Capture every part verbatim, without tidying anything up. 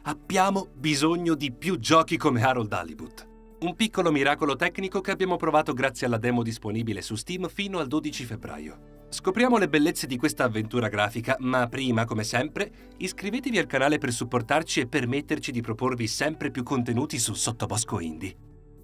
Abbiamo bisogno di più giochi come Harold Halibut. Un piccolo miracolo tecnico che abbiamo provato grazie alla demo disponibile su Steam fino al dodici febbraio. Scopriamo le bellezze di questa avventura grafica, ma prima, come sempre, iscrivetevi al canale per supportarci e permetterci di proporvi sempre più contenuti sul sottobosco indie.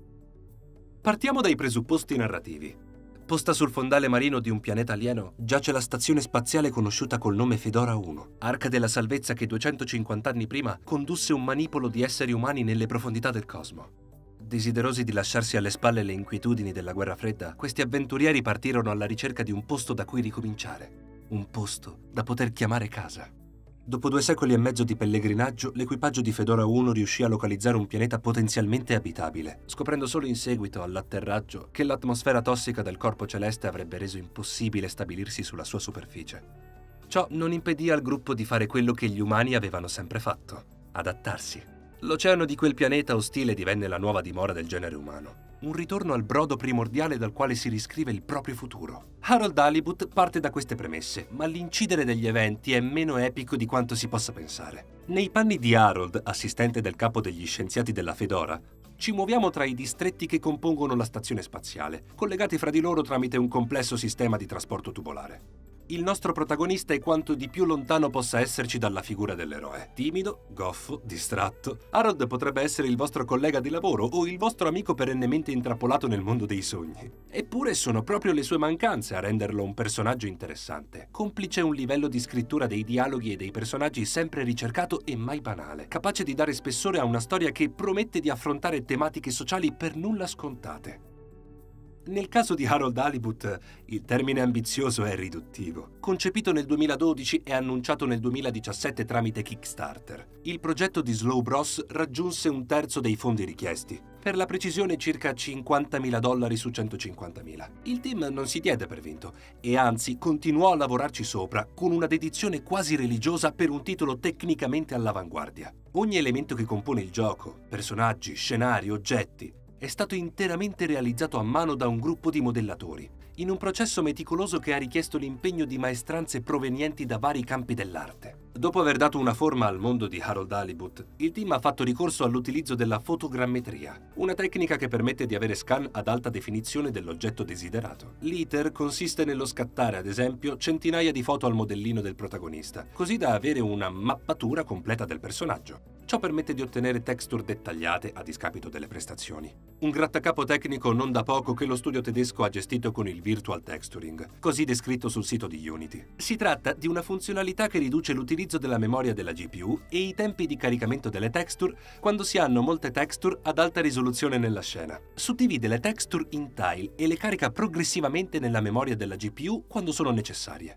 Partiamo dai presupposti narrativi. Posta sul fondale marino di un pianeta alieno, giace la stazione spaziale conosciuta col nome Fedora uno, arca della salvezza che duecentocinquanta anni prima condusse un manipolo di esseri umani nelle profondità del cosmo. Desiderosi di lasciarsi alle spalle le inquietudini della guerra fredda, questi avventurieri partirono alla ricerca di un posto da cui ricominciare, un posto da poter chiamare casa. Dopo due secoli e mezzo di pellegrinaggio, l'equipaggio di Fedora uno riuscì a localizzare un pianeta potenzialmente abitabile, scoprendo solo in seguito all'atterraggio che l'atmosfera tossica del corpo celeste avrebbe reso impossibile stabilirsi sulla sua superficie. Ciò non impedì al gruppo di fare quello che gli umani avevano sempre fatto: adattarsi. L'oceano di quel pianeta ostile divenne la nuova dimora del genere umano. Un ritorno al brodo primordiale dal quale si riscrive il proprio futuro. Harold Halibut parte da queste premesse, ma l'incidere degli eventi è meno epico di quanto si possa pensare. Nei panni di Harold, assistente del capo degli scienziati della Fedora, ci muoviamo tra i distretti che compongono la stazione spaziale, collegati fra di loro tramite un complesso sistema di trasporto tubolare. Il nostro protagonista è quanto di più lontano possa esserci dalla figura dell'eroe. Timido, goffo, distratto, Harold potrebbe essere il vostro collega di lavoro o il vostro amico perennemente intrappolato nel mondo dei sogni. Eppure sono proprio le sue mancanze a renderlo un personaggio interessante, complice un livello di scrittura dei dialoghi e dei personaggi sempre ricercato e mai banale, capace di dare spessore a una storia che promette di affrontare tematiche sociali per nulla scontate. Nel caso di Harold Halibut, il termine ambizioso è riduttivo. Concepito nel duemiladodici e annunciato nel duemiladiciassette tramite Kickstarter, il progetto di Slow Bros raggiunse un terzo dei fondi richiesti, per la precisione circa cinquantamila dollari su centocinquantamila. Il team non si diede per vinto e anzi continuò a lavorarci sopra con una dedizione quasi religiosa per un titolo tecnicamente all'avanguardia. Ogni elemento che compone il gioco, personaggi, scenari, oggetti, è stato interamente realizzato a mano da un gruppo di modellatori, in un processo meticoloso che ha richiesto l'impegno di maestranze provenienti da vari campi dell'arte. Dopo aver dato una forma al mondo di Harold Halibut, il team ha fatto ricorso all'utilizzo della fotogrammetria, una tecnica che permette di avere scan ad alta definizione dell'oggetto desiderato. L'iter consiste nello scattare, ad esempio, centinaia di foto al modellino del protagonista, così da avere una mappatura completa del personaggio. Ciò permette di ottenere texture dettagliate a discapito delle prestazioni. Un grattacapo tecnico non da poco che lo studio tedesco ha gestito con il Virtual Texturing, così descritto sul sito di Unity. Si tratta di una funzionalità che riduce l'utilizzo della memoria della G P U e i tempi di caricamento delle texture quando si hanno molte texture ad alta risoluzione nella scena. Suddivide le texture in tile e le carica progressivamente nella memoria della G P U quando sono necessarie.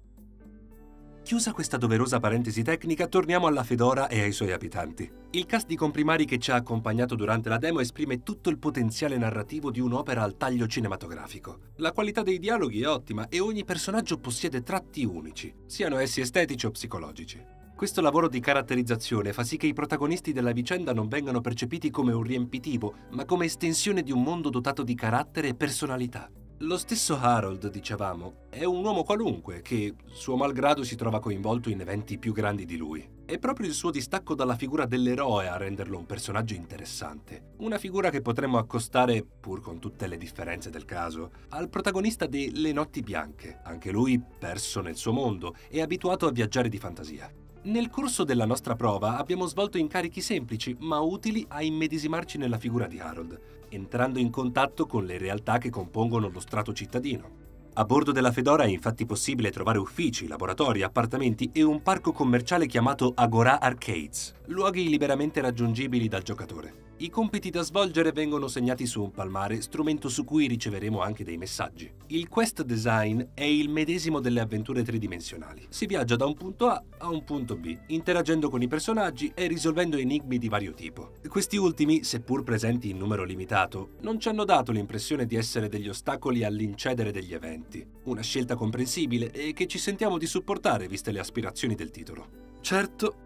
Chiusa questa doverosa parentesi tecnica, torniamo alla Fedora e ai suoi abitanti. Il cast di comprimari che ci ha accompagnato durante la demo esprime tutto il potenziale narrativo di un'opera al taglio cinematografico. La qualità dei dialoghi è ottima e ogni personaggio possiede tratti unici, siano essi estetici o psicologici. Questo lavoro di caratterizzazione fa sì che i protagonisti della vicenda non vengano percepiti come un riempitivo, ma come estensione di un mondo dotato di carattere e personalità. Lo stesso Harold, dicevamo, è un uomo qualunque che, suo malgrado, si trova coinvolto in eventi più grandi di lui. È proprio il suo distacco dalla figura dell'eroe a renderlo un personaggio interessante. Una figura che potremmo accostare, pur con tutte le differenze del caso, al protagonista de Le Notti Bianche, anche lui perso nel suo mondo e abituato a viaggiare di fantasia. Nel corso della nostra prova abbiamo svolto incarichi semplici ma utili a immedesimarci nella figura di Harold, entrando in contatto con le realtà che compongono lo strato cittadino. A bordo della Fedora è infatti possibile trovare uffici, laboratori, appartamenti e un parco commerciale chiamato Agora Arcades, luoghi liberamente raggiungibili dal giocatore. I compiti da svolgere vengono segnati su un palmare, strumento su cui riceveremo anche dei messaggi. Il quest design è il medesimo delle avventure tridimensionali. Si viaggia da un punto A a un punto B, interagendo con i personaggi e risolvendo enigmi di vario tipo. Questi ultimi, seppur presenti in numero limitato, non ci hanno dato l'impressione di essere degli ostacoli all'incedere degli eventi. Una scelta comprensibile e che ci sentiamo di supportare viste le aspirazioni del titolo. Certo,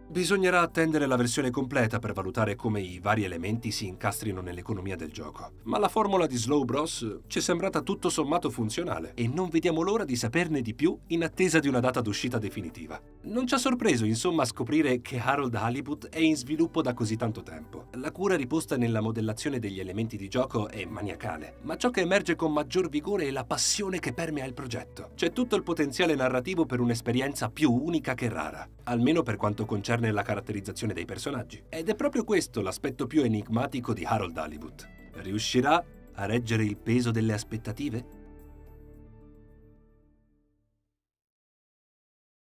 Bisognerà attendere la versione completa per valutare come i vari elementi si incastrino nell'economia del gioco. Ma la formula di Slow Bros ci è sembrata tutto sommato funzionale e non vediamo l'ora di saperne di più in attesa di una data d'uscita definitiva. Non ci ha sorpreso, insomma, scoprire che Harold Halibut è in sviluppo da così tanto tempo. La cura riposta nella modellazione degli elementi di gioco è maniacale, ma ciò che emerge con maggior vigore è la passione che permea il progetto. C'è tutto il potenziale narrativo per un'esperienza più unica che rara, almeno per quanto concerne la caratterizzazione dei personaggi. Ed è proprio questo l'aspetto più enigmatico di Harold Halibut. Riuscirà a reggere il peso delle aspettative?